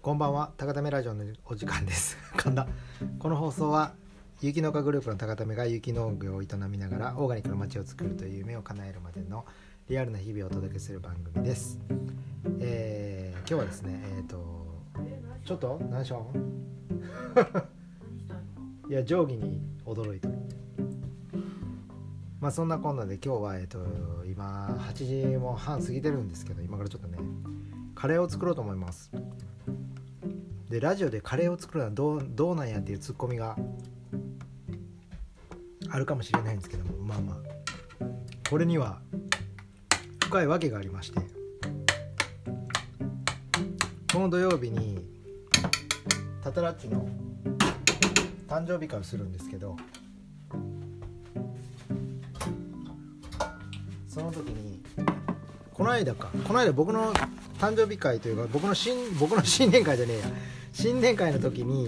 こんばんは、高ためラジオのお時間です噛んだ。この放送は有機農家グループの高ためが有機農業を営みながらオーガニックの街を作るという夢を叶えるまでのリアルな日々をお届けする番組です。今日はですねちょっと何しょんいや定規に驚いてる。そんなこんなで今日は今8時も半過ぎてるんですけど、今からちょっとねカレーを作ろうと思います。でラジオでカレーを作るのはどうなんやっていうツッコミがあるかもしれないんですけども、これには深いわけがありまして、この土曜日にタタラッチの誕生日会をするんですけど、その時にこの間僕の誕生日会というか僕の新年会じゃねえや新年会の時に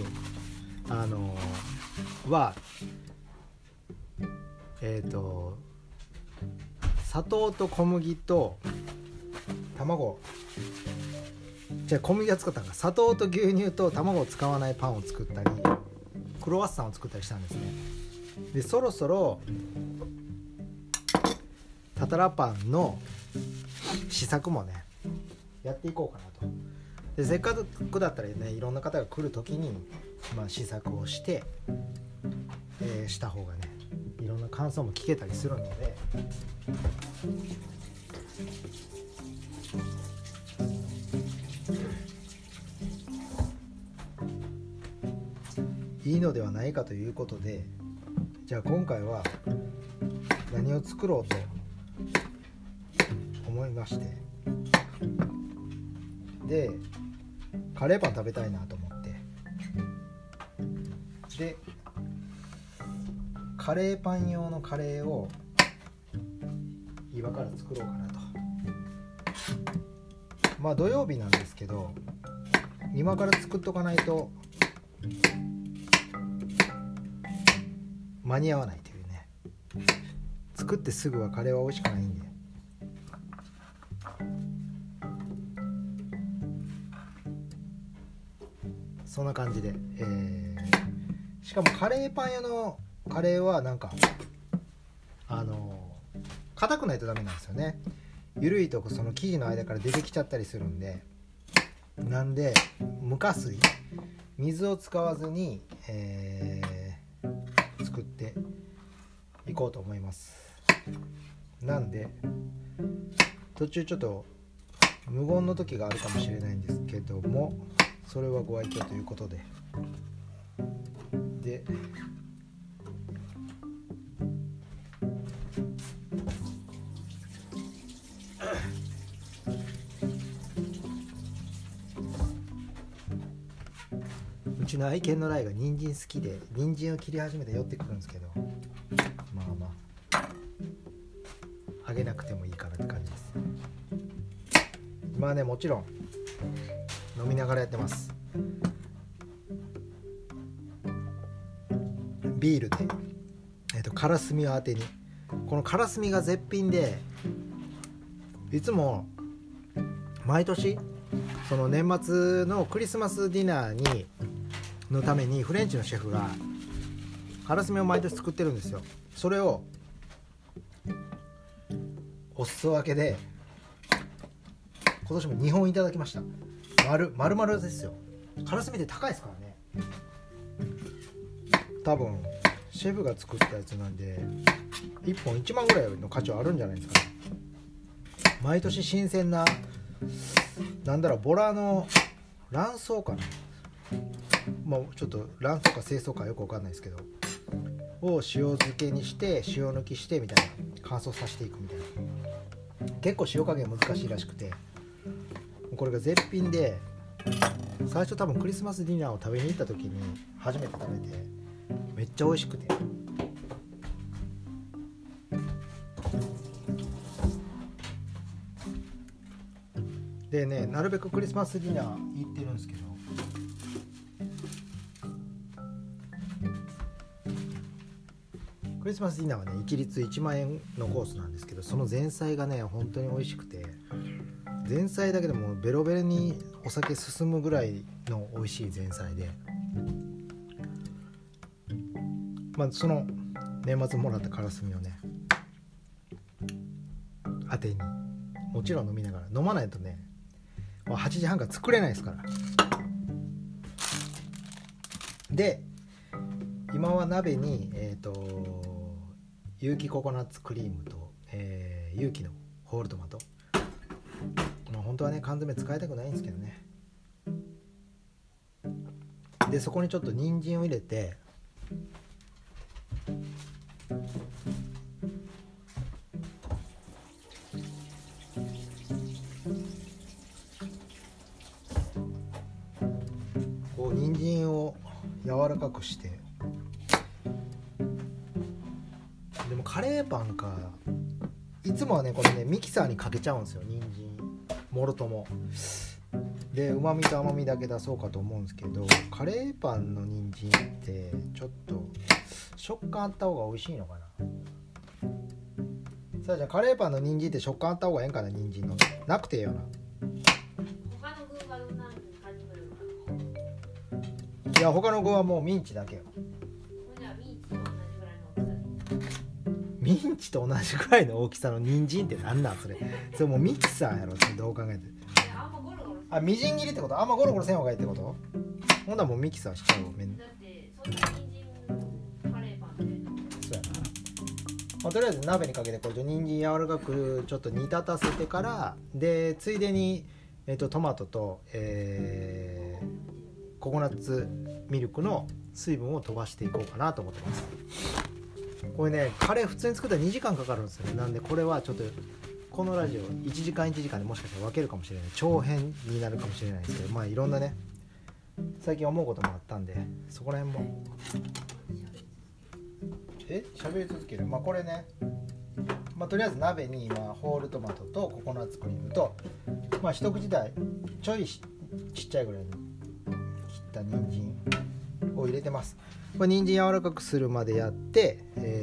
砂糖と小麦と卵小麦が作ったのか、砂糖と牛乳と卵を使わないパンを作ったりクロワッサンを作ったりしたんですね。でそろそろタタラパンの試作もねやっていこうかなと。でせっかくだったらねいろんな方が来る時に、試作をして、した方がねいろんな感想も聞けたりするので、いいのではないかということで、じゃあ今回は何を作ろうと思いまして、でカレーパン食べたいなと思って、でカレーパン用のカレーを今から作ろうかなと。土曜日なんですけど今から作っとかないと間に合わないというね。作ってすぐはカレーは美味しくないんで、そんな感じで、しかもカレーパン用のカレーは硬くないとダメなんですよね。緩いとその生地の間から出てきちゃったりするんで、なんで無加水水を使わずに、作っていこうと思います。なんで途中ちょっと無言の時があるかもしれないんですけども、それはご愛嬌ということで、うちの愛犬のライが人参好きで人参を切り始めて寄ってくるんですけど、あげなくてもいいかなって感じです。もちろん飲みながらやってます。ビールで、からすみを当てに、このからすみが絶品で、いつも毎年その年末のクリスマスディナーのためにフレンチのシェフがからすみを毎年作ってるんですよ。それをお裾分けで今年も2本いただきました。丸々ですよ。からすみって高いですからね。多分シェフが作ったやつなんで1本1万ぐらいの価値はあるんじゃないですかね。毎年新鮮なボラの卵巣かな、ちょっと卵巣か精巣かよく分かんないですけどを塩漬けにして塩抜きしてみたいな、乾燥させていくみたいな。結構塩加減難しいらしくて、これが絶品で、最初多分クリスマスディナーを食べに行った時に初めて食べてめっちゃ美味しくて、でね、なるべくクリスマスディナー行ってるんですけど、クリスマスディナーはね一律1万円のコースなんですけど、その前菜がね本当に美味しくて、 前菜だけでもベロベロにお酒進むぐらいの美味しい前菜で、その年末もらったからすみをね当てにもちろん飲みながら、飲まないとね、8時半から作れないですから。で今は鍋に有機ココナッツクリームと、有機のホールトマト、本当はね缶詰使いたくないんですけどね。でそこにちょっと人参を入れて、こう人参を柔らかくして、でもカレーパンか、いつもはねこれねミキサーにかけちゃうんですよ、人参もろともで旨味と甘みだけ出そうかと思うんですけど、カレーパンの人参ってちょっと食感あった方が美味しいのかな。さあじゃあカレーパンの人参って食感あった方がええんかな。人参のなくてええよな。 他の具がどんな感じするの？ いや他の具はもうミンチだけよ。 じゃあミンチと同じぐらいの大きさで。 ミンチと同じぐらいの大きさの人参ってなんなんそれ。それもうミキサーやろ、どう考えて。あ、みじん切りってこと？あんまゴロゴロせん方がいいってこと？ほんならもうミキサーしちゃうわ。 だってそんな人参カレーパンで。 そうやな。とりあえず鍋にかけてこれ人参柔らかくちょっと煮立たせてから、でついでに、トマトと、ココナッツミルクの水分を飛ばしていこうかなと思ってます。これねカレー普通に作ったら2時間かかるんですよね。なんでこれはちょっとこのラジオ1時間1時間でもしかしたら分けるかもしれない、長編になるかもしれないですけど、いろんなね最近思うこともあったんで、そこら辺も喋り続ける。これね、とりあえず鍋に今ホールトマトとココナッツクリームと、一口大ちょいちっちゃいぐらいに切った人参を入れてます。これ人参柔らかくするまでやって、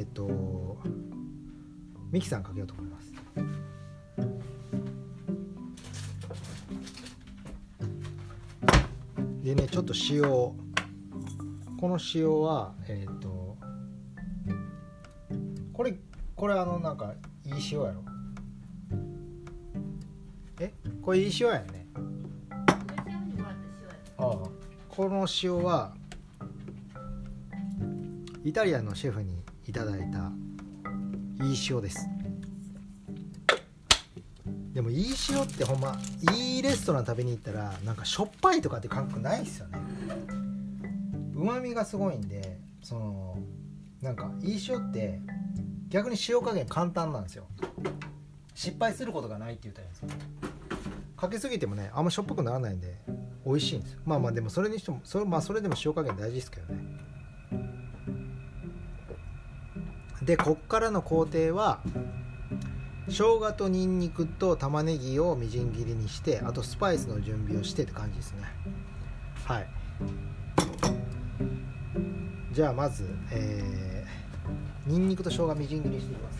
ミキサーにかけようと思います。でね、ちょっと塩を、この塩はこれなんかいい塩やろ。これいい塩やね。この塩はイタリアンのシェフにいただいたいい塩です。でもいい塩ってほんまいいレストラン食べに行ったらなんかしょっぱいとかって感覚ないっすよね。旨味がすごいんで、なんかいい塩って逆に塩加減簡単なんですよ。失敗することがないって言ったらいいんですよ。かけすぎてもねあんましょっぱくならないんで美味しいんですよ。でもそれにしてもそれでも塩加減大事ですけどね。でこっからの工程は生姜とニンニクと玉ねぎをみじん切りにして、あとスパイスの準備をしてって感じですね。はい。じゃあまず、ニンニクと生姜みじん切りしていきます。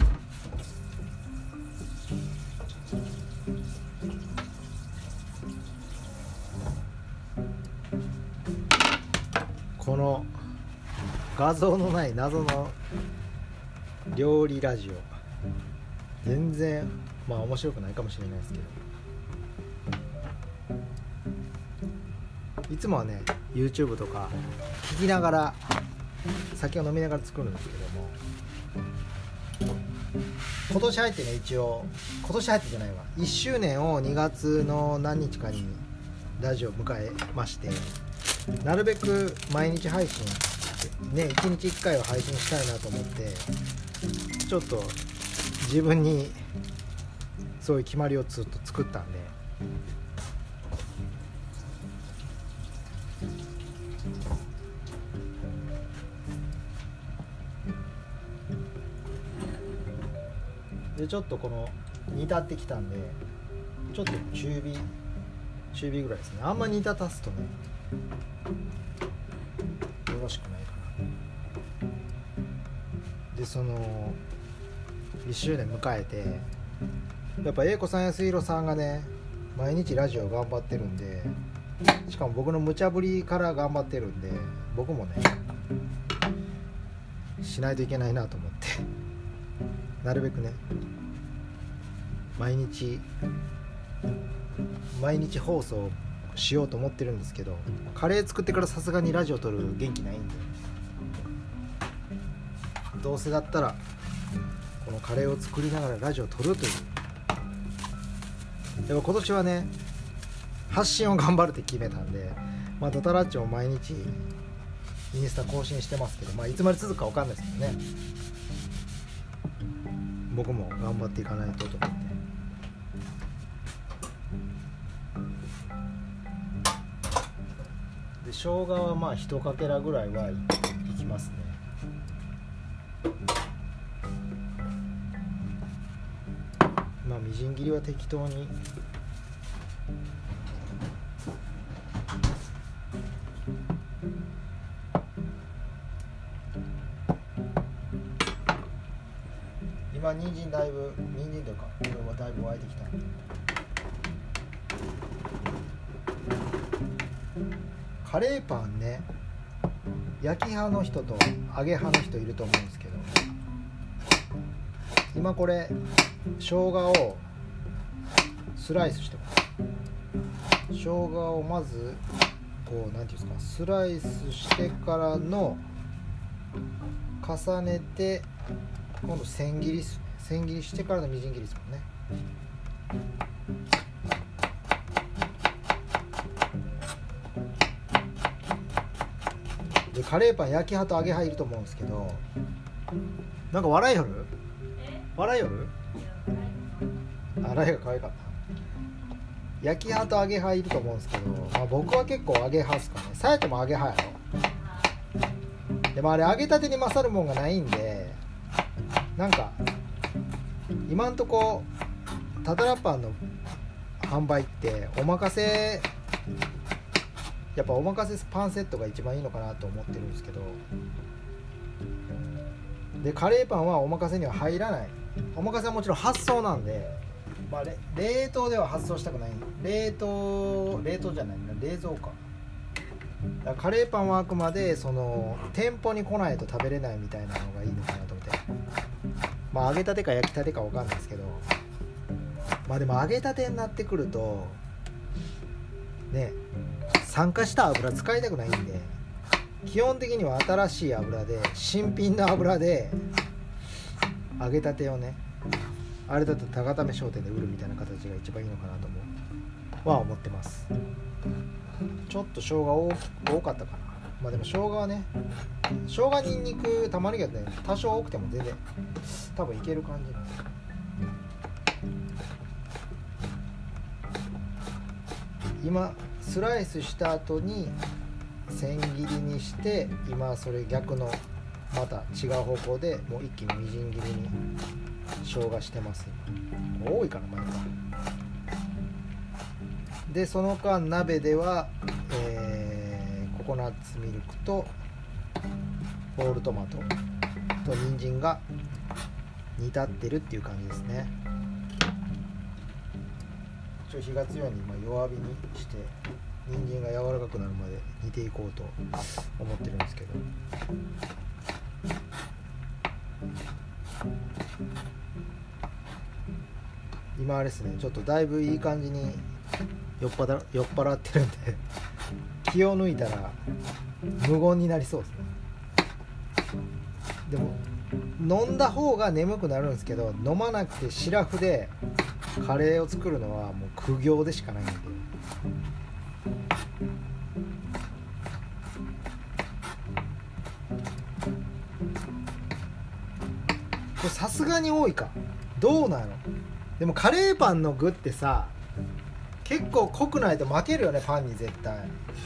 この画像のない謎の料理ラジオ全然面白くないかもしれないですけど、いつもはね YouTube とか聞きながら酒を飲みながら作るんですけども、今年入ってね、一応今年入ってじゃないわ、1周年を2月の何日かにラジオを迎えまして、なるべく毎日配信ね、1日1回は配信したいなと思って、ちょっと自分にそういう決まりをずっと作ったんで、ちょっとこの煮立ってきたんで、ちょっと中火ぐらいですね。あんま煮立たすとねよろしくないかな。で1周年迎えて、やっぱ英子さんやすひろさんがね毎日ラジオ頑張ってるんで、しかも僕の無茶ぶりから頑張ってるんで、僕もねしないといけないなと思ってなるべくね毎日放送しようと思ってるんですけど、カレー作ってからさすがにラジオ撮る元気ないんで、どうせだったらこのカレーを作りながらラジオ撮るという。でも今年はね発信を頑張るって決めたんで、ドタラッチも毎日インスタ更新してますけど、いつまで続くか分かんないですけどね、僕も頑張っていかないとと思って。で生姜は1かけらぐらいはいきますね。みじん切りは適当に。今人参というかこれはだいぶ沸いてきた。カレーパンね、焼き派の人と揚げ派の人いると思うんですけど、今これ生姜をスライスしてます。生姜をまずこうなんていうんですか、スライスしてからの重ねて、今度千切りしてからのみじん切りですもんね。でカレーパン焼き派と揚げ派いると思うんですけど、なんか笑いよる洗いが可愛かった。焼き派と揚げ派いると思うんですけど、僕は結構揚げ派ですかね。さやとも揚げ派やろ。でもあれ揚げたてに勝るもんがないんで、なんか今んとこタタラパンの販売っておまかせ、やっぱおまかせパンセットが一番いいのかなと思ってるんですけど、でカレーパンはおまかせには入らない。おまかせはもちろん発送なんで、冷凍では発送したくない。冷凍じゃないな、冷蔵か。だからカレーパンはあくまでその店舗に来ないと食べれないみたいなのがいいのかなと思って。揚げたてか焼きたてか分かんないですけど、でも揚げたてになってくるとね、酸化した油使いたくないんで、基本的には新しい油で新品の油で揚げたてをね、あれだと高為商店で売るみたいな形が一番いいのかなと思ってます。ちょっと生姜多かったかな。でも生姜はね、生姜にんにく玉ねぎはね多少多くても全然多分いける感じなんで。今スライスした後に千切りにして、今それ逆のまた違う方向でもう一気にみじん切りに生姜してます。多いかな前か。でその間鍋では、ココナッツミルクとホールトマトと人参が煮立ってるっていう感じですね。火が強いのに弱火にして人参が柔らかくなるまで煮ていこうと思ってるんですけど、今あれですね、ちょっとだいぶいい感じに酔っ払ってるんで気を抜いたら無言になりそうですね。でも飲んだ方が眠くなるんですけど、飲まなくてシラフでカレーを作るのはもう苦行でしかないんで、これさすがに多いかどうなの。でもカレーパンの具ってさ結構濃くないと負けるよね、パンに絶対。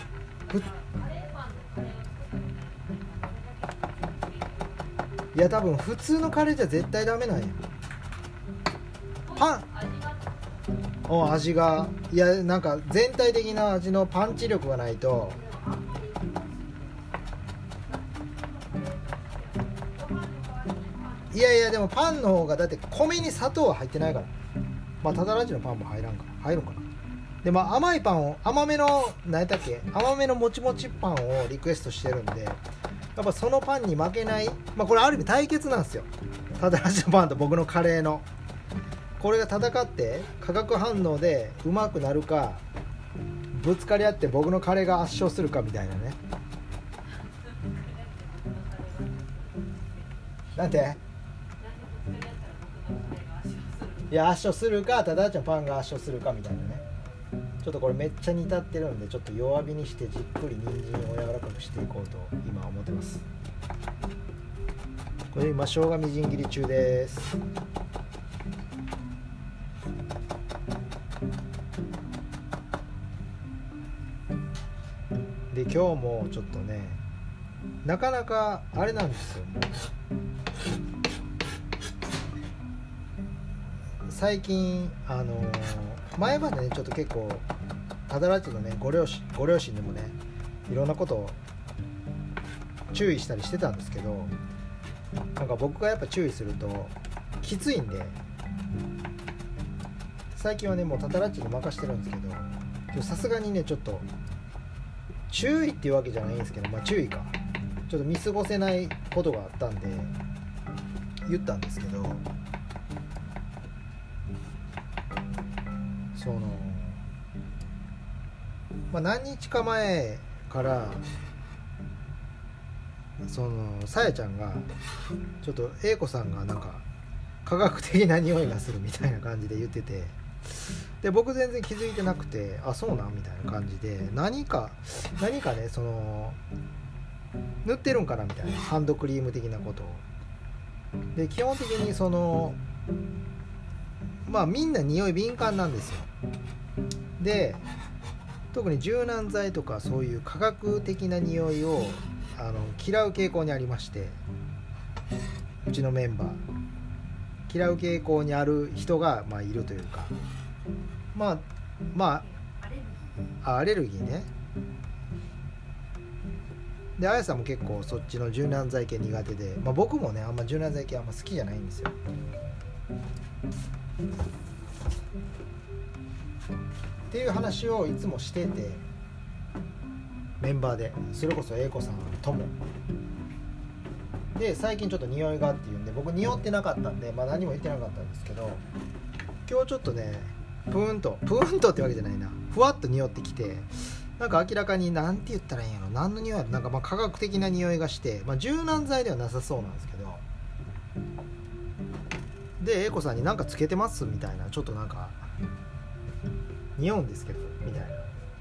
いや多分普通のカレーじゃ絶対ダメなんや。パン味が、いやなんか全体的な味のパンチ力がないと。いやでもパンの方がだって米に砂糖は入ってないから。タダラジのパンも入るんかな。 でまあ甘いパンを甘めの何やったっけ甘めのもちもちパンをリクエストしてるんで、やっぱそのパンに負けない、まあこれある意味対決なんですよ。ただらしのパンと僕のカレーのこれが戦って化学反応でうまくなるか、ぶつかり合って僕のカレーが圧勝するかみたいなね。なんていや圧勝するか、ただちゃんパンが圧勝するかみたいなね。ちょっとこれめっちゃ煮立ってるんで、ちょっと弱火にしてじっくり人参を柔らかくしていこうと今思ってます。これ今生姜みじん切り中です。で今日もちょっとね、なかなかあれなんですよ。最近前までねちょっと結構ただらちのねご両親にもねいろんなことを注意したりしてたんですけど、なんか僕がやっぱ注意するときついんで、最近はねもうただらちに任してるんですけど、今日さすがにねちょっと注意っていうわけじゃないんですけど、まあ注意か、ちょっと見過ごせないことがあったんで言ったんですけど、そのまあ何日か前からそのさやちゃんがちょっと英子さんがなんか科学的な匂いがするみたいな感じで言ってて、で僕全然気づいてなくて、あそうなんみたいな感じで、何かねその塗ってるんかなみたいな、ハンドクリーム的なことを。で基本的にそのまあみんな匂い敏感なんですよ。で特に柔軟剤とかそういう化学的な匂いを嫌う傾向にありまして、うちのメンバー嫌う傾向にある人がまあいるというか、まあアレルギーね。であやさんも結構そっちの柔軟剤系苦手で、まあ、僕もねあんま柔軟剤系あんま好きじゃないんですよ。っていう話をいつもしてて、メンバーでそれこそ英子さんともで、最近ちょっと匂いがっていうんで僕匂ってなかったんで、まあ何も言ってなかったんですけど、今日ちょっとねプーンとってわけじゃないな、ふわっと匂ってきて、なんか明らかになんて言ったらいいんやろ、何の匂いやろ、なんかまあ化学的な匂いがして、まあ柔軟剤ではなさそうなんですけど、で英子さんになんかつけてますみたいな、ちょっとなんか匂うんですけどみたいな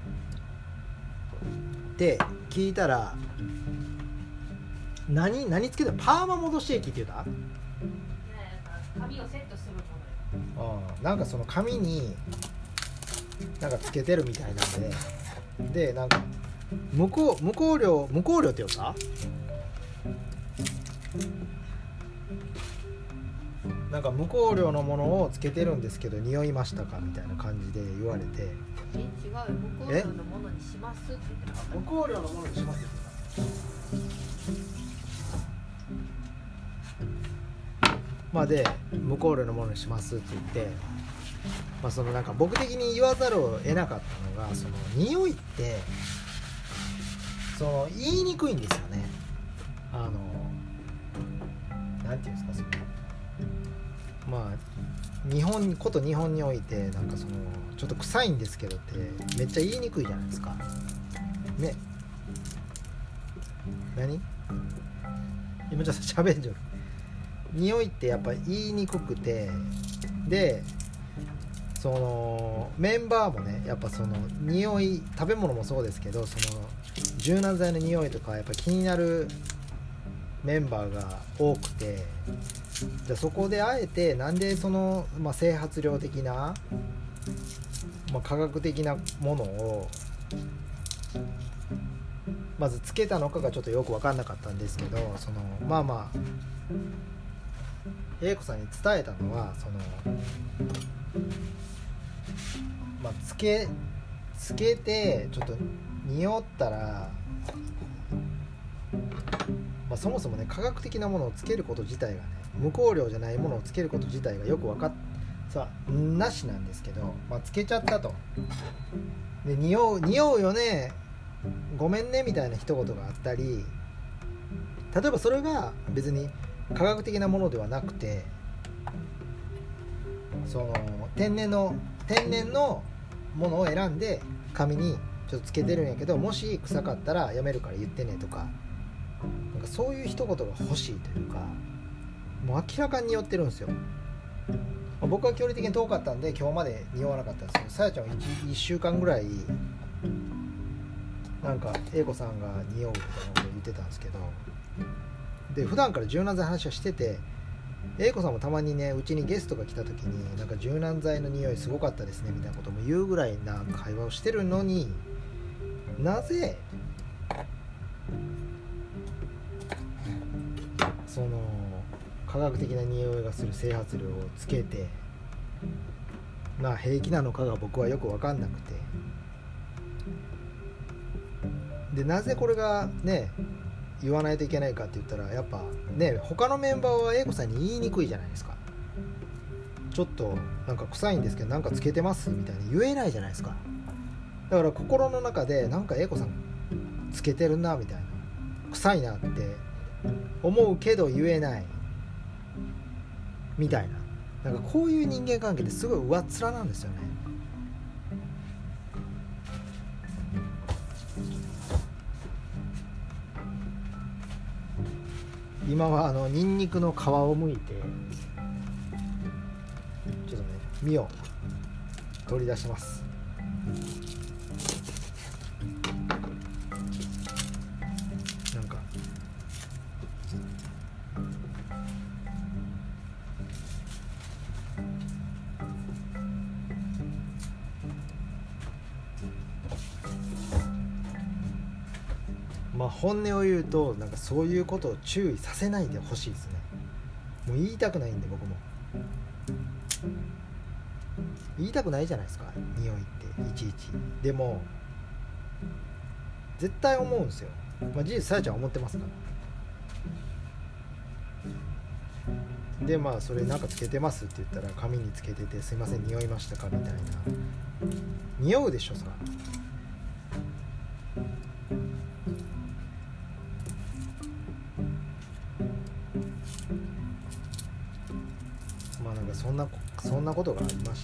で聞いたら、何つけたの、パーマ戻し液って言うた、 髪をセットするものよ。 なんかその髪になんかつけてるみたいなんで、なんか無香料って言うた、なんか無香料のものをつけてるんですけど匂いましたかみたいな感じで言われて、 違うよ、無香料のものにしますって言ってた。 無香料のものにしますって言ってた。まあで無香料のものにしますって言って、まあそのなんか僕的に言わざるを得なかったのが、その匂いってその言いにくいんですよね。なんていうんですか、そのまあ日本においてなんかそのちょっと臭いんですけどってめっちゃ言いにくいじゃないですかね。何今ちょっと喋んじゃう。匂いってやっぱ言いにくくて、でそのメンバーもねやっぱその匂い、食べ物もそうですけど、その柔軟剤の匂いとかやっぱ気になるメンバーが多くて、じゃあそこであえてなんでその、まあ、整髪料的な、まあ、科学的なものをまずつけたのかがちょっとよく分かんなかったんですけど、そのまあ英子さんに伝えたのは、そのまあつけてちょっと匂ったら、まあ、そもそもね科学的なものをつけること自体がね、無香料じゃないものをつけること自体がよく分かっさあなしなんですけど、つけちゃったと。で匂うよね、ごめんねみたいな一言があったり、例えばそれが別に科学的なものではなくて、その天然のものを選んで髪にちょっとつけてるんやけど、もし臭かったらやめるから言ってねとか、なんかそういう一言が欲しいというか、もう明らかに匂ってるんですよ。僕は距離的に遠かったんで今日まで匂わなかったんですけど、さやちゃんは 1週間ぐらいなんか英子さんが匂うとかのことを言ってたんですけど、で普段から柔軟剤の話はしてて、英子さんもたまにね、うちにゲストが来た時になんか柔軟剤の匂いすごかったですねみたいなことも言うぐらいな会話をしてるのに、なぜその科学的な匂いがする整髪料をつけて、平気なのかが僕はよく分かんなくて、でなぜこれがね言わないといけないかって言ったら、やっぱね他のメンバーは英子さんに言いにくいじゃないですか。ちょっとなんか臭いんですけどなんかつけてますみたいに言えないじゃないですか。だから心の中でなんか英子さんつけてるなみたいな、臭いなって思うけど言えないみたいな、なんかこういう人間関係ってすごい上っ面なんですよね。今はニンニクの皮を剥いてちょっとね身を取り出します。なんか本音を言うと、なんかそういうことを注意させないでほしいですね。もう言いたくないんで、僕も言いたくないじゃないですか、匂いっていちいち。でも絶対思うんですよ。事実さやちゃんは思ってますから。でそれなんかつけてますって言ったら、髪につけててすいません匂いましたかみたいな。匂うでしょそら。なんかそんなことがありまして、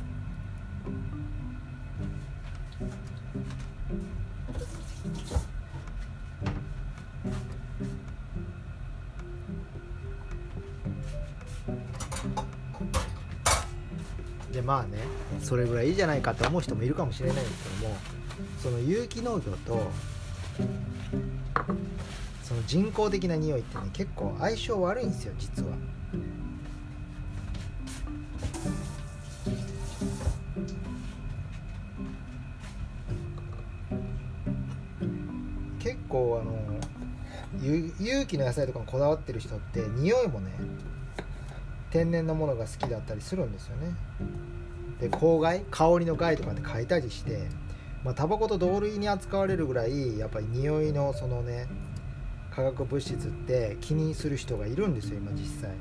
でそれぐらいいいじゃないかって思う人もいるかもしれないんですけども、その有機農業とその人工的な匂いってね、結構相性悪いんですよ実は。結構有機の野菜とかにこだわってる人って匂いもね天然のものが好きだったりするんですよね。で香害、香りの害とかって書いたりして、タバコと同類に扱われるぐらいやっぱり匂いのそのね化学物質って気にする人がいるんですよ今実際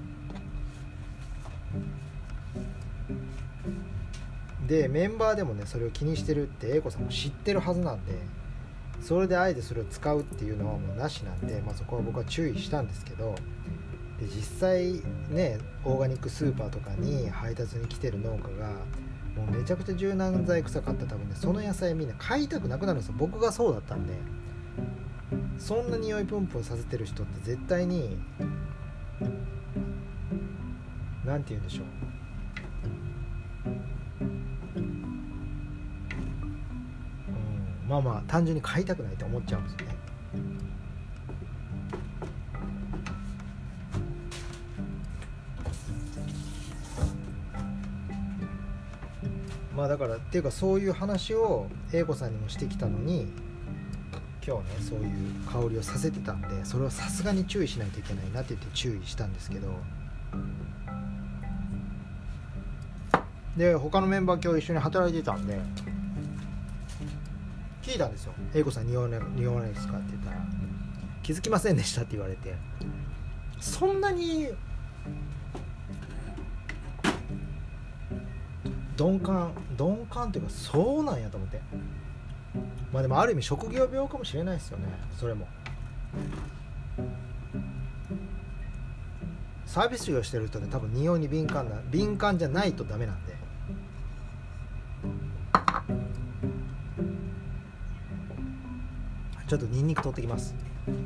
で。メンバーでもねそれを気にしてるって英子さんも知ってるはずなんで、それであえてそれを使うっていうのはもうなしなんで、そこは僕は注意したんですけど、で実際ねオーガニックスーパーとかに配達に来てる農家がもうめちゃくちゃ柔軟剤臭かったら多分ねその野菜みんな買いたくなくなるんですよ。僕がそうだったんで、そんな匂いプンプンさせてる人って絶対になんて言うんでしょう、単純に買いたくないと思っちゃうんですよね。だからっていうかそういう話を英子さんにもしてきたのに、今日ねそういう香りをさせてたんで、それをさすがに注意しないといけないなって言って注意したんですけど、で他のメンバー今日一緒に働いてたんで聞いたんですよ。英子さん匂わないですかって言ったら、気づきませんでしたって言われて、そんなに鈍感っていうかそうなんやと思って。まあでもある意味職業病かもしれないですよね。それもサービス業してる人で多分匂いに敏感じゃないとダメなんで。ちょっとニンニク取ってきます。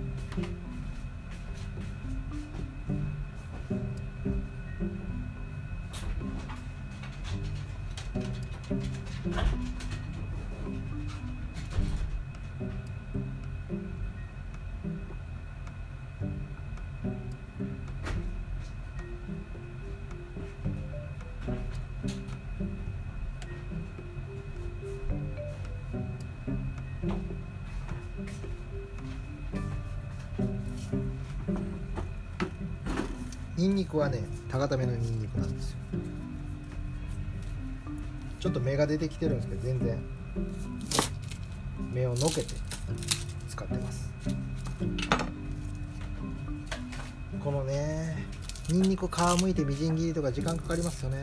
ニンニクはね高ためのニンニクなんですよ。ちょっと芽が出てきてるんですけど全然芽をのけて使ってます。このねニンニク皮むいてみじん切りとか時間かかりますよね。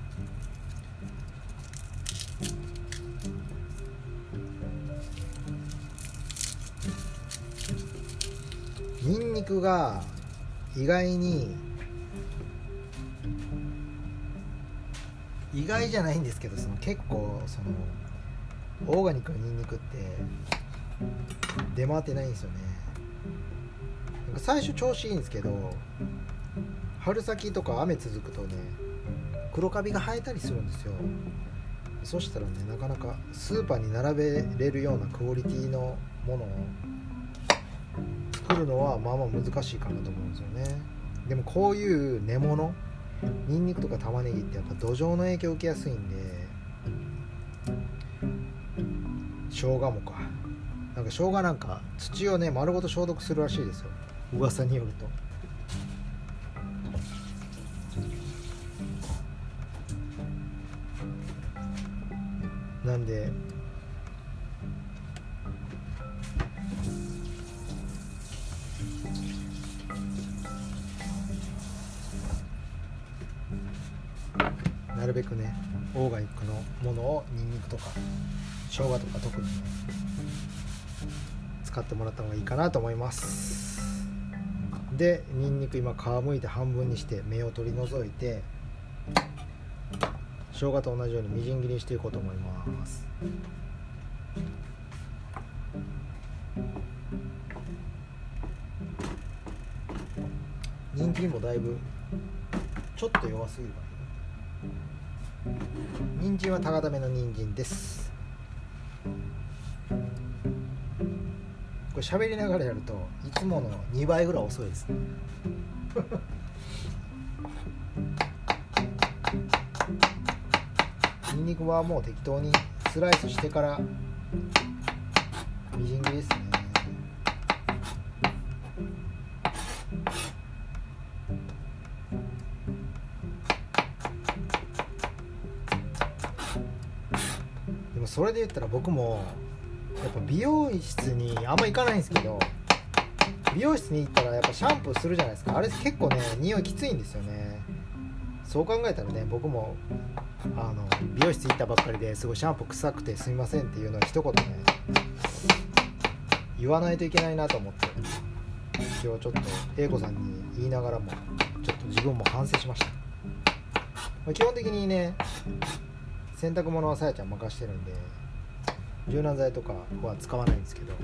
ニンニクが意外じゃないんですけど、結構オーガニックのニンニクって出回ってないんですよね。なんか最初調子いいんですけど、春先とか雨続くとね黒カビが生えたりするんですよ。そしたらねなかなかスーパーに並べれるようなクオリティのものを作るのはまあまあ難しいかなと思うんですよね。でもこういう根物ニンニクとか玉ねぎってやっぱ土壌の影響を受けやすいんで、生姜もか、なんか生姜なんか土をね丸ごと消毒するらしいですよ、噂によると。なんでなるべくねオーガニックのものをニンニクとか生姜とか特にね使ってもらった方がいいかなと思います。でニンニク今皮むいて半分にして芽を取り除いて、生姜と同じようにみじん切りにしていこうと思います。人参もだいぶちょっと弱すぎるかな。人参は高ための人参です。これ喋りながらやるといつもの2倍ぐらい遅いですねニンニクはもう適当にスライスしてからみじん切りですね。でもそれで言ったら僕もやっぱ美容室にあんま行かないんですけど、美容室に行ったらやっぱシャンプーするじゃないですか。あれ結構ね匂いきついんですよね。そう考えたらね僕も美容室行ったばっかりですごいシャンプー臭くてすみませんっていうのは一言ね言わないといけないなと思って、今日ちょっと英子さんに言いながらもちょっと自分も反省しました。基本的にね洗濯物はさやちゃん任してるんで柔軟剤とかは使わないんですけど、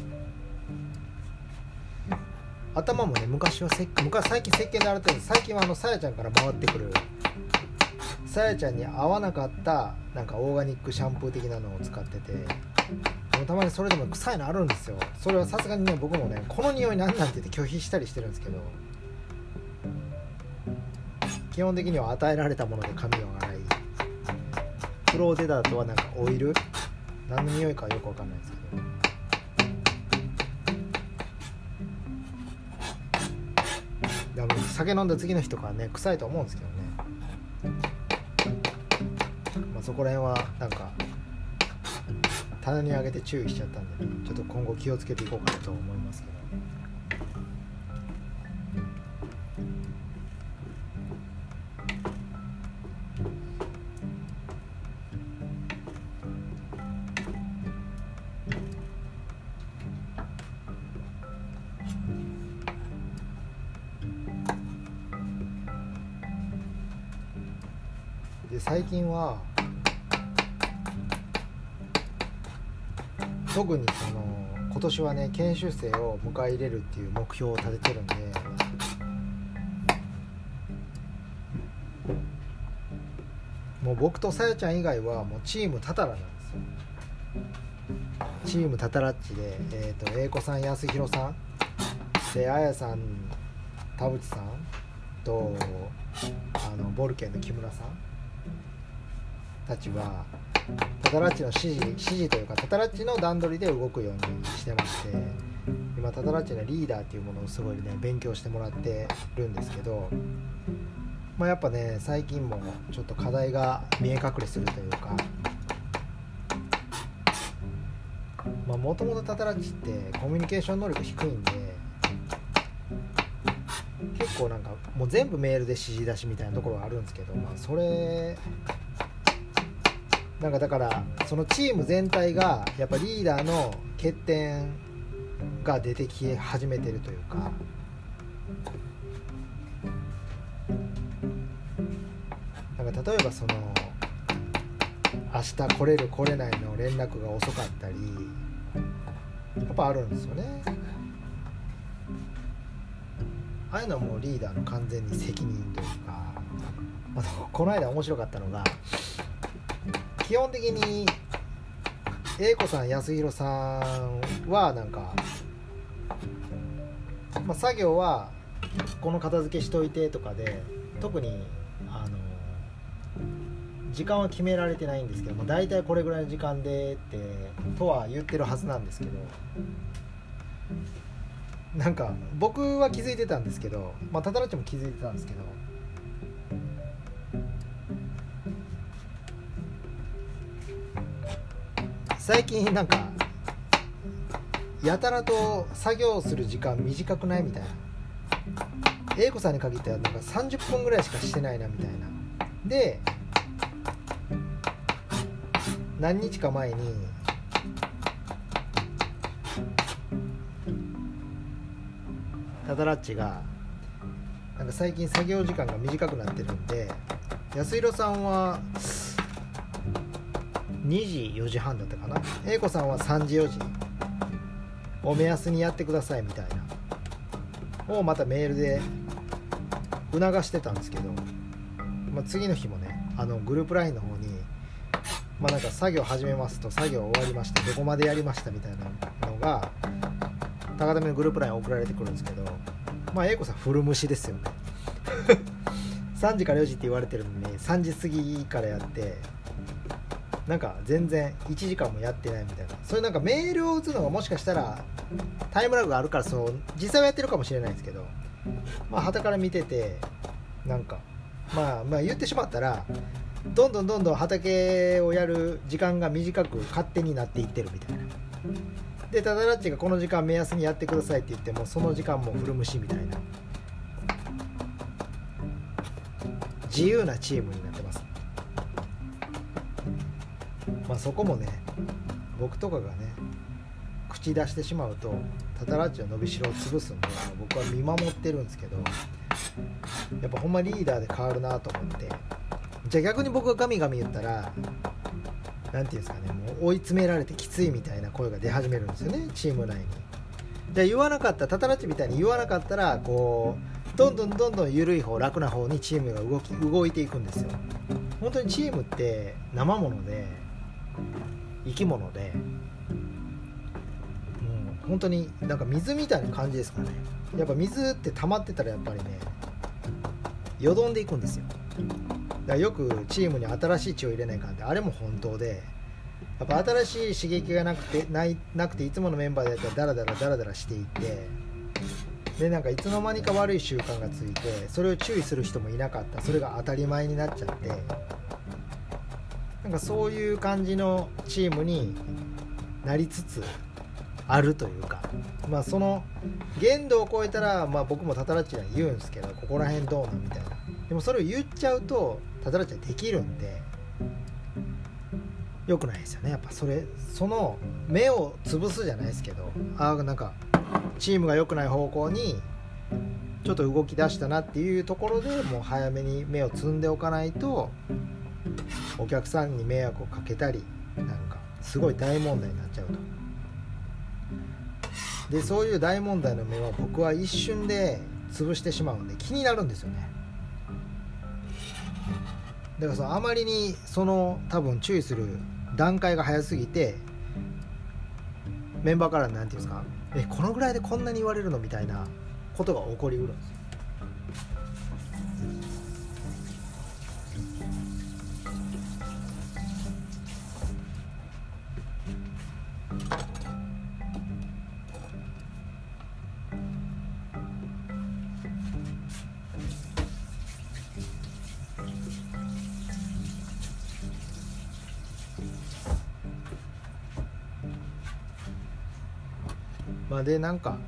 頭もね昔は最近石鹸で洗ってるんです。最近はさやちゃんから回ってくるさやちゃんに合わなかったなんかオーガニックシャンプー的なのを使ってて、でもたまにそれでも臭いのあるんですよ。それはさすがにね僕もねこの匂いなんなんて言って拒否したりしてるんですけど、基本的には与えられたもので髪を洗い、フローデダーとはなんかオイル、何の匂いかはよくわかんないですけど、でも酒飲んだ次の日とかはね臭いと思うんですけどね、そこら辺はなんか棚に上げて注意しちゃったんで、ね、ちょっと今後気をつけていこうかなと思いますけど、 で最近は特に今年はね研修生を迎え入れるっていう目標を立ててるんで、もう僕とさやちゃん以外はもうチームタタラなんですよ。チームタタラッチで、英子さん、安弘さんで、あやさん、田淵さんとボルケンの木村さんたちはタタラッチの指示というかタタラッチの段取りで動くようにしてまして、今タタラッチのリーダーっていうものをすごいね勉強してもらってるんですけど、まあ、やっぱね最近もちょっと課題が見え隠れするというか、もともとタタラッチってコミュニケーション能力低いんで、結構なんかもう全部メールで指示出しみたいなところがあるんですけど、それなんかだからそのチーム全体がやっぱリーダーの欠点が出てき始めてるというか、なんか例えばその明日来れる来れないの連絡が遅かったりやっぱあるんですよね。ああいうのはもうリーダーの完全に責任というか、この間面白かったのが、基本的に英子さん、安弘さんはなんか、作業はこの片付けしといてとかで特に時間は決められてないんですけども、だいたいこれぐらいの時間でってとは言ってるはずなんですけど、なんか僕は気づいてたんですけど、タタラッチも気づいてたんですけど、最近なんかやたらと作業する時間短くないみたいな、英子さんに限ってはなんか30分ぐらいしかしてないなみたいな。で何日か前にタタラッチがなんか最近作業時間が短くなってるんで、安弘さんは2時4時半だったかな、英子さんは3時4時を目安にやってくださいみたいなをまたメールで促してたんですけど、次の日もねグループ LINE の方になんか作業始めますと作業終わりましたどこまでやりましたみたいなのが高田目のグループ LINE 送られてくるんですけど、英子さん古虫ですよね3時から4時って言われてるのに3時過ぎからやって、なんか全然1時間もやってないみたいな、そういうなんかメールを打つのがもしかしたらタイムラグがあるからそう実際はやってるかもしれないですけど、傍から見ててなんか言ってしまったらどんどん畑をやる時間が短く勝手になっていってるみたいな。でタタラッチがこの時間目安にやってくださいって言ってもその時間も古虫みたいな、自由なチームになってます。そこもね僕とかがね口出してしまうとタタラッチの伸びしろを潰すんで、僕は見守ってるんですけど、やっぱほんまリーダーで変わるなと思って、じゃあ逆に僕がガミガミ言ったらなんていうんですかね、もう追い詰められてきついみたいな声が出始めるんですよね、チーム内に。じゃあ言わなかったタタラッチみたいに言わなかったらこうどんどん緩い方楽な方にチームが動いていくんですよ。本当にチームって生もので生き物で、もう本当になんか水みたいな感じですかね。やっぱ水って溜まってたらやっぱりねよどんでいくんですよ。だからよくチームに新しい血を入れないかんって、あれも本当で、やっぱ新しい刺激がなくていつものメンバーでやったらダラダラしていって、でなんかいつの間にか悪い習慣がついてそれを注意する人もいなかった、それが当たり前になっちゃって、なんかそういう感じのチームになりつつあるというか、その限度を超えたら、僕もタタラッチには言うんですけど、ここら辺どうなんみたいな。でもそれを言っちゃうとタタラッチはできるんで良くないですよね。やっぱその目を潰すじゃないですけど、なんかチームが良くない方向にちょっと動き出したなっていうところでもう早めに目を摘んでおかないとお客さんに迷惑をかけたりなんかすごい大問題になっちゃうと。でそういう大問題の芽は僕は一瞬で潰してしまうんで気になるんですよね。だからあまりに多分注意する段階が早すぎてメンバーからなんていうんですか、このぐらいでこんなに言われるのみたいなことが起こりうるんですよ。でなんか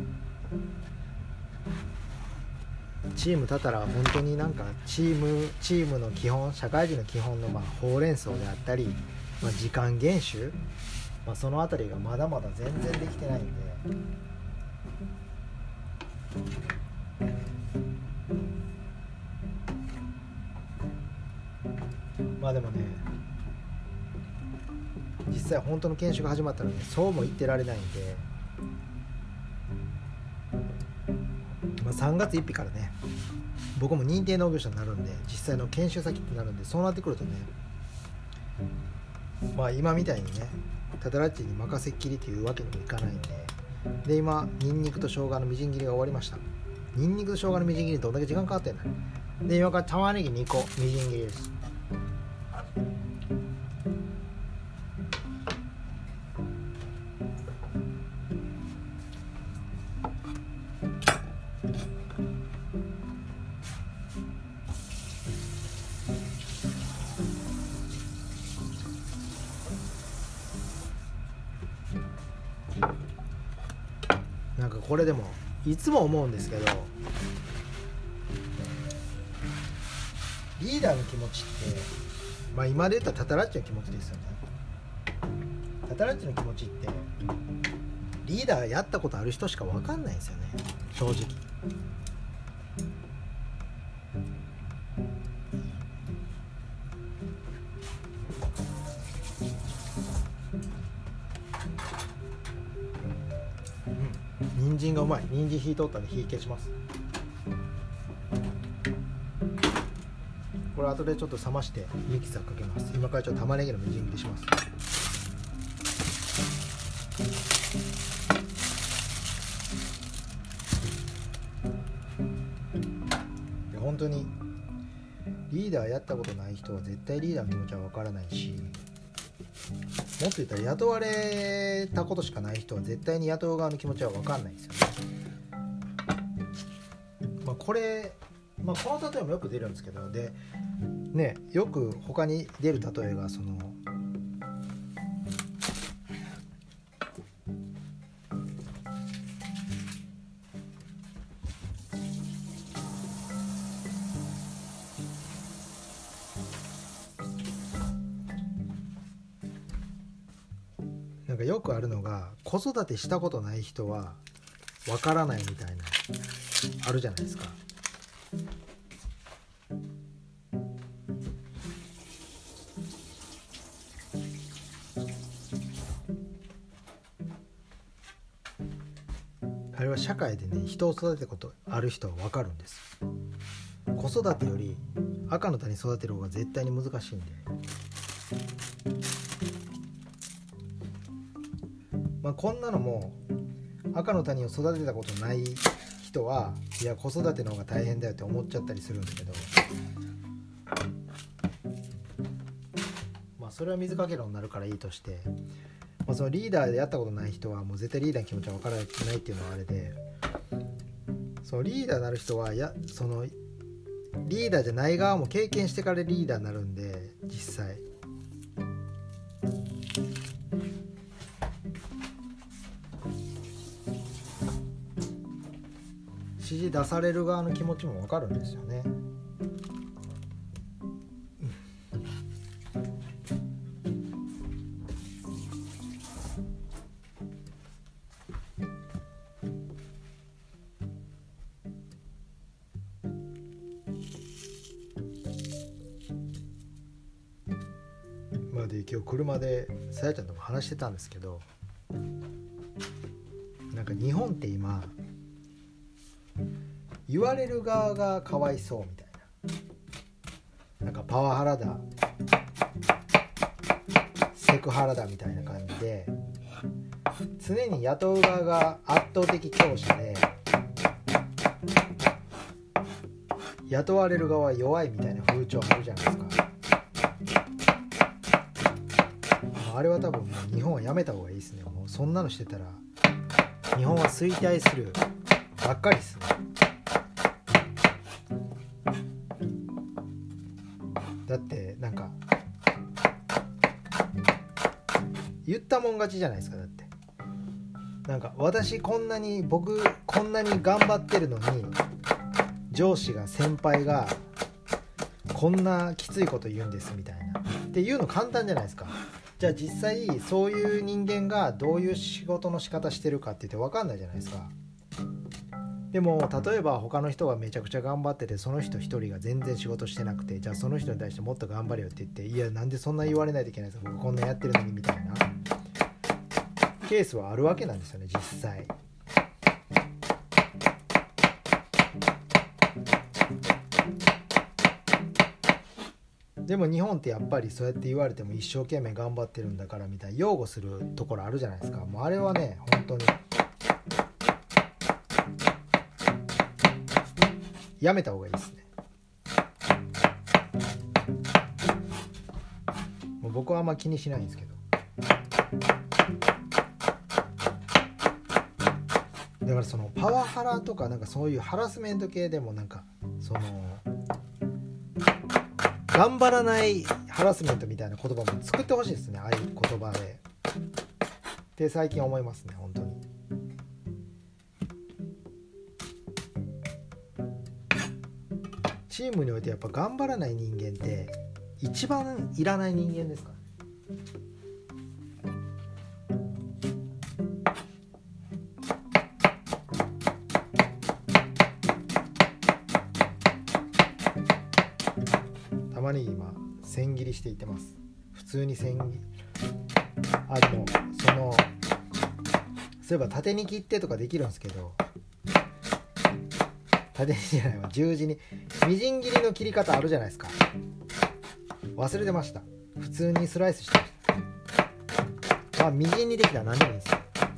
チームたたら本当になんかチームの基本、社会人の基本のほうれん草であったり、時間厳守、そのあたりがまだまだ全然できてないんで、でもね実際本当の研修が始まったらねそうも言ってられないんで、3月1日からね僕も認定農業者になるんで実際の研修先ってなるんで、そうなってくるとね今みたいにねタタラッチに任せっきりというわけにもいかないんで、今ニンニクと生姜のみじん切りが終わりました。ニンニクと生姜のみじん切りどんだけ時間かかってんので、今から玉ねぎ2個みじん切りです。なんかこれでもいつも思うんですけど、リーダーの気持ちって、今で言ったらタタラッチの気持ちですよね。タタラッチの気持ちってリーダーやったことある人しか分かんないんですよね、正直。人参がうまい。人参火通ったんで火消します。これ後でちょっと冷ましてミキサーかけます。今からちょっと玉ねぎのみじん切りします。本当にリーダーやったことない人は絶対リーダーの気持ちは分からないし、もっと言ったら雇われたことしかない人は絶対に雇う側の気持ちは分かんないですよね。これ、この例えもよく出るんですけど、でね、よく他に出る例えがなんかよくあるのが、子育てしたことない人はわからないみたいなあるじゃないですか。あれは社会でね人を育てたことある人はわかるんです。子育てより赤の他に育てる方が絶対に難しいんで、こんなのも赤の他人を育てたことない人はいや子育ての方が大変だよって思っちゃったりするんですけど、それは水かけ論になるからいいとして、そのリーダーでやったことない人はもう絶対リーダーの気持ちは分からないっていうのはあれで、そのリーダーになる人はそのリーダーじゃない側も経験してからリーダーになるんで、実際指示出される側の気持ちも分かるんですよね。 で今日車でさやちゃんとも話してたんですけど、なんか日本って今言われる側がかわいそうみたいな、なんかパワハラだセクハラだみたいな感じで常に雇う側が圧倒的強者で雇われる側は弱いみたいな風潮あるじゃないですか。あれは多分もう日本はやめた方がいいですね。もうそんなのしてたら日本は衰退するばっかりですね。だってなんか言ったもん勝ちじゃないですか。だってなんか僕こんなに頑張ってるのに上司が先輩がこんなきついこと言うんですみたいなっていうの簡単じゃないですか。じゃあ実際そういう人間がどういう仕事の仕方してるかって言って分かんないじゃないですか。でも例えば他の人がめちゃくちゃ頑張っててその人一人が全然仕事してなくて、じゃあその人に対してもっと頑張れよって言って、いやなんでそんな言われないといけないんですか、僕こんなやってるのにみたいなケースはあるわけなんですよね実際。でも日本ってやっぱりそうやって言われても一生懸命頑張ってるんだからみたいな擁護するところあるじゃないですか。もうあれはね本当にやめた方がいいですね。もう僕はあんま気にしないんですけど、だからそのパワハラとかなんかそういうハラスメント系でもなんかその頑張らないハラスメントみたいな言葉も作ってほしいですね。ああいう言葉でって最近思いますね本当に。チームにおいてやっぱ頑張らない人間って一番いらない人間ですからね。玉ねぎ今千切りしていってます。普通に千切り。でもそういえば縦に切ってとかできるんですけど、縦にじゃないわ十字にみじん切りの切り方あるじゃないですか。忘れてました。普通にスライスしてました。みじんにできたら何でもいいですよ。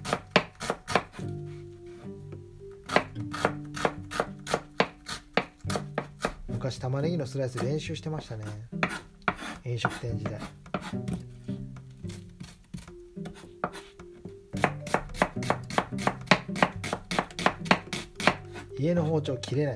昔玉ねぎのスライス練習してましたね、飲食店時代。家の包丁切れない。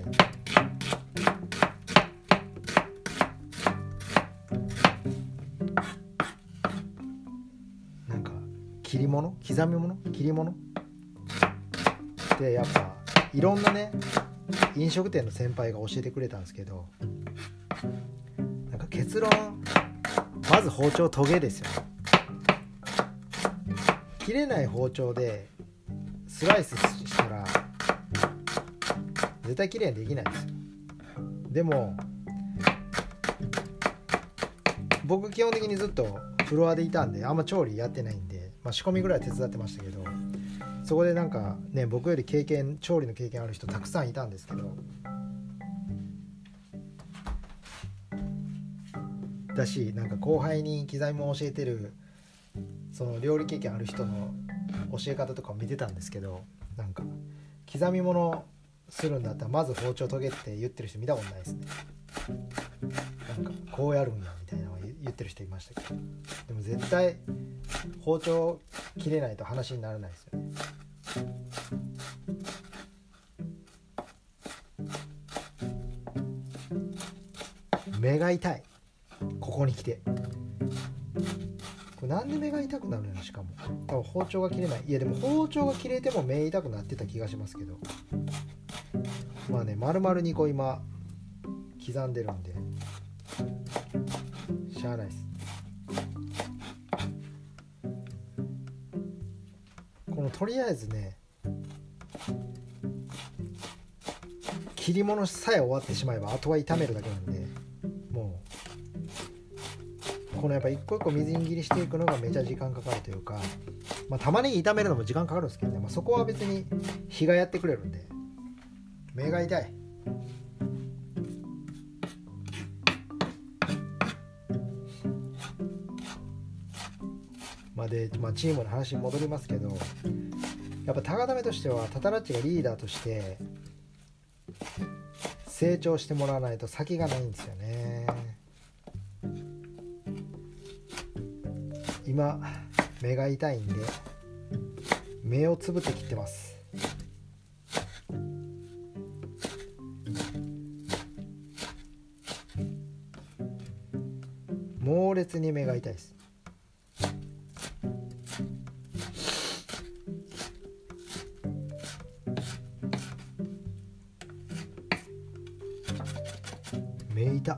なんか切り物、刻み物、切り物でやっぱいろんなね飲食店の先輩が教えてくれたんですけど、なんか結論まず包丁研げですよね。切れない包丁でスライスしたら絶対綺麗にできないですよ。でも僕基本的にずっとフロアでいたんであんま調理やってないんで、仕込みぐらいは手伝ってましたけど、そこでなんかね僕より調理の経験ある人たくさんいたんですけど、だしなんか後輩に刻みも教えてるその料理経験ある人の教え方とかを見てたんですけど、なんか刻み物するんだったらまず包丁研げって言ってる人見たことないですね。なんかこうやるんやみたいなのを言ってる人いましたけど、でも絶対包丁切れないと話にならないですよね。目が痛い。ここに来てこれなんで目が痛くなるの。しかも多分包丁が切れない。いやでも包丁が切れても目痛くなってた気がしますけど、丸々2個今刻んでるんでしゃあないです。このとりあえずね切り物さえ終わってしまえばあとは炒めるだけなんで、もうこのやっぱ一個一個みじん切りしていくのがめちゃ時間かかるというか、まあ、玉ねぎ炒めるのも時間かかるんですけどね、まあ、そこは別に火がやってくれるんで。目が痛い。でチームの話に戻りますけど、やっぱ高為としてはタタラッチがリーダーとして成長してもらわないと先がないんですよね。今目が痛いんで目をつぶって切ってます。猛烈に目が痛いです。目痛っ。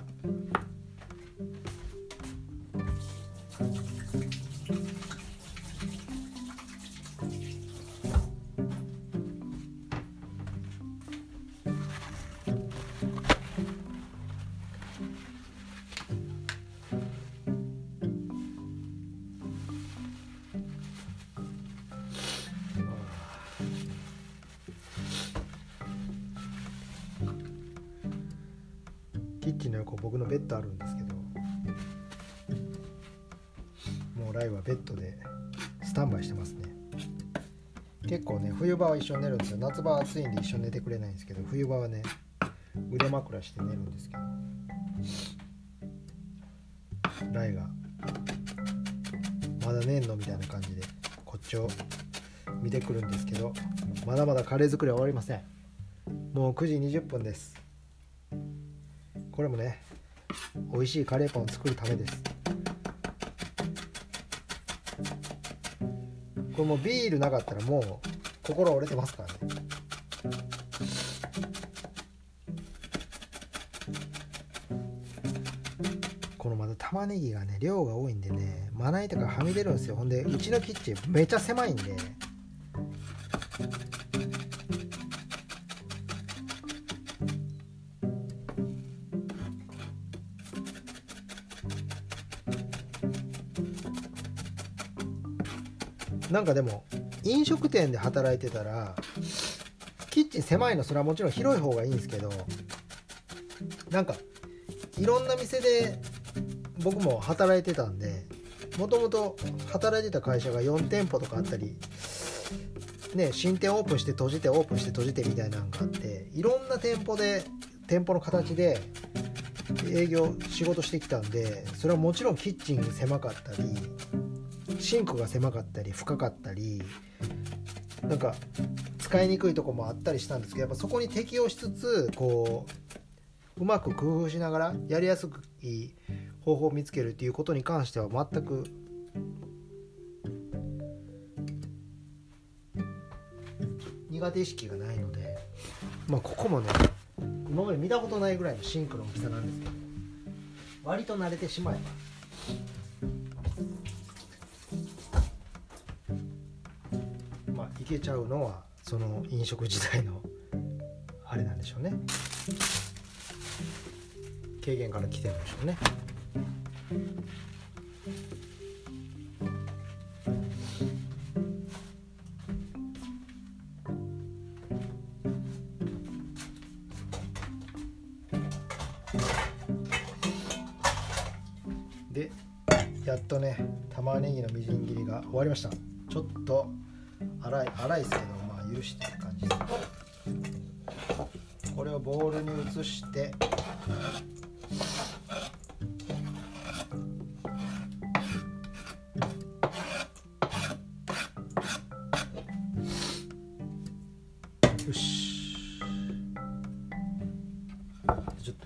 キッチンの横僕のベッドあるんですけど、もうライはベッドでスタンバイしてますね。結構ね冬場は一緒に寝るんですよ。夏場は暑いんで一緒に寝てくれないんですけど、冬場はね腕枕して寝るんですけど、ライがまだ寝んのみたいな感じでこっちを見てくるんですけど、まだまだカレー作りは終わりません。もう9時20分です。これもね美味しいカレーパンを作るためです。これもうビールなかったらもう心折れてますからね。このまだ玉ねぎがね量が多いんでね、まな板がはみ出るんですよ。ほんでうちのキッチンめちゃ狭いんで、なんかでも飲食店で働いてたらキッチン狭いのそれはもちろん広い方がいいんですけど、なんかいろんな店で僕も働いてたんで、もともと働いてた会社が4店舗とかあったりね、新店オープンして閉じてオープンして閉じてみたいなのがあって、いろんな店舗の形で営業仕事してきたんで、それはもちろんキッチン狭かったりシンクが狭かったり深かったりなんか使いにくいとこもあったりしたんですけど、やっぱそこに適応しつつこううまく工夫しながらやりやすい方法を見つけるっていうことに関しては全く苦手意識がないので、まあここもね今まで見たことないぐらいのシンクの大きさなんですけど、割と慣れてしまえばいけちゃうのはその飲食時代のあれなんでしょうね、経験から来てるんでしょうね。でやっとね玉ねぎのみじん切りが終わりました。ちょっと粗いですけど、まあ許してって感じです。これをボウルに移してよし、ちょっと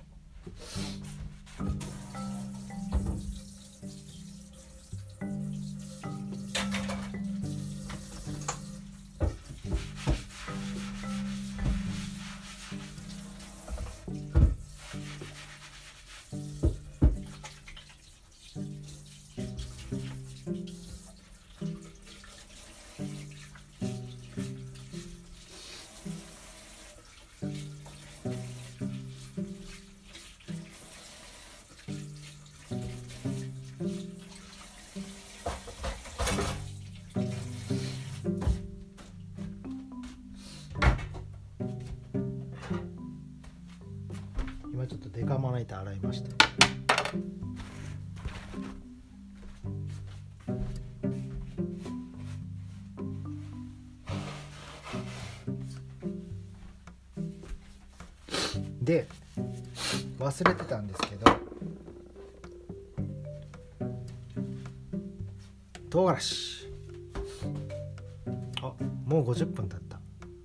な板洗いました。で忘れてたんですけど、唐辛子、あ、もう50分経った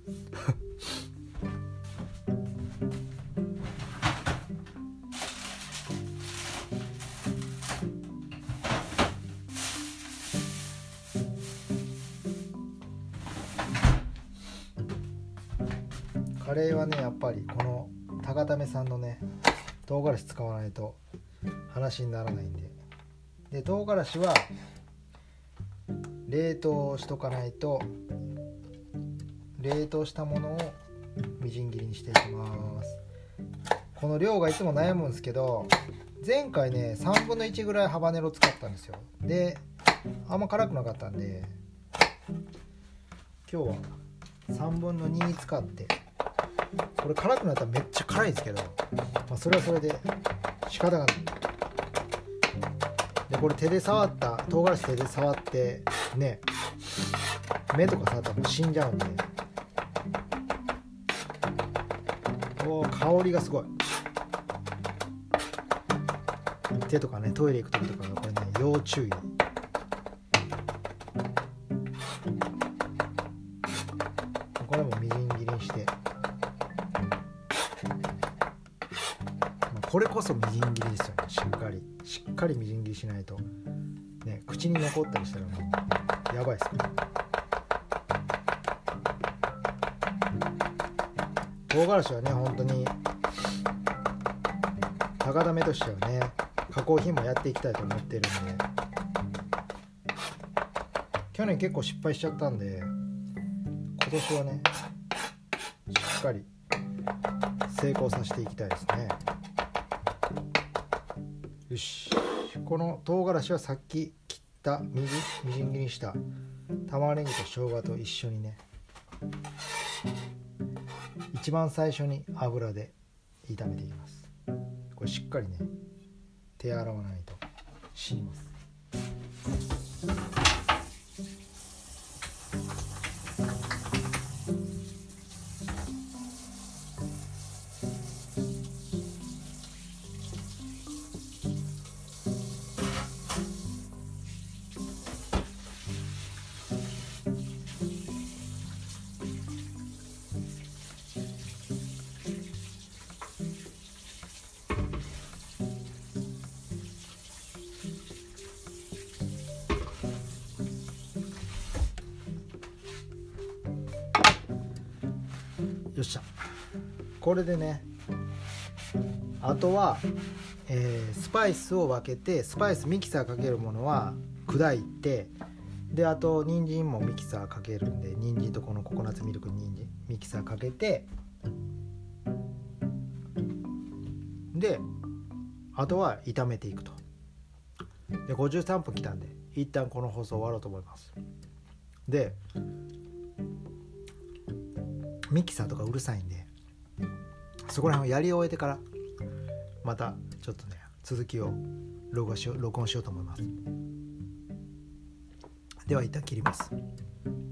カレーはねやっぱりこの高ためさんのね唐辛子使わないと話にならないんで、唐辛子は冷凍しとかないと、冷凍したものをみじん切りにしていきます。この量がいつも悩むんですけど、前回ね3分の1ぐらいハバネロ使ったんですよ。であんま辛くなかったんで今日は3分の2に使って、これ辛くなったらめっちゃ辛いんですけど、それはそれで仕方がない。でこれ手で触った唐辛子手で触ってね、目とか触ったらもう死んじゃうんで、お香りがすごい。手とかねトイレ行く時とかこれね要注意。これもみじん切りにして、これこそみじん切りですよね。しっかりみじん切りしないとね、口に残ったりしたらもうやばいですから。唐辛子はね本当に高だめとしてはね加工品もやっていきたいと思ってるんで、去年結構失敗しちゃったんで今年はねしっかり成功させていきたいですね。よし、この唐辛子はさっき切ったみじん切りにした玉ねぎと生姜と一緒にね、一番最初に油で炒めていきます。これしっかりね手洗わないと死にます。よっしゃ、これでねあとは、スパイスを分けて、スパイスミキサーかけるものは砕いて、であと人参もミキサーかけるんで、人参とこのココナッツミルクに人参ミキサーかけて、であとは炒めていくと。で53分来たんで一旦この放送終わろうと思います。でミキサーとかうるさいんでそこら辺をやり終えてからまたちょっとね続きを録音しようと思います。では一旦切ります。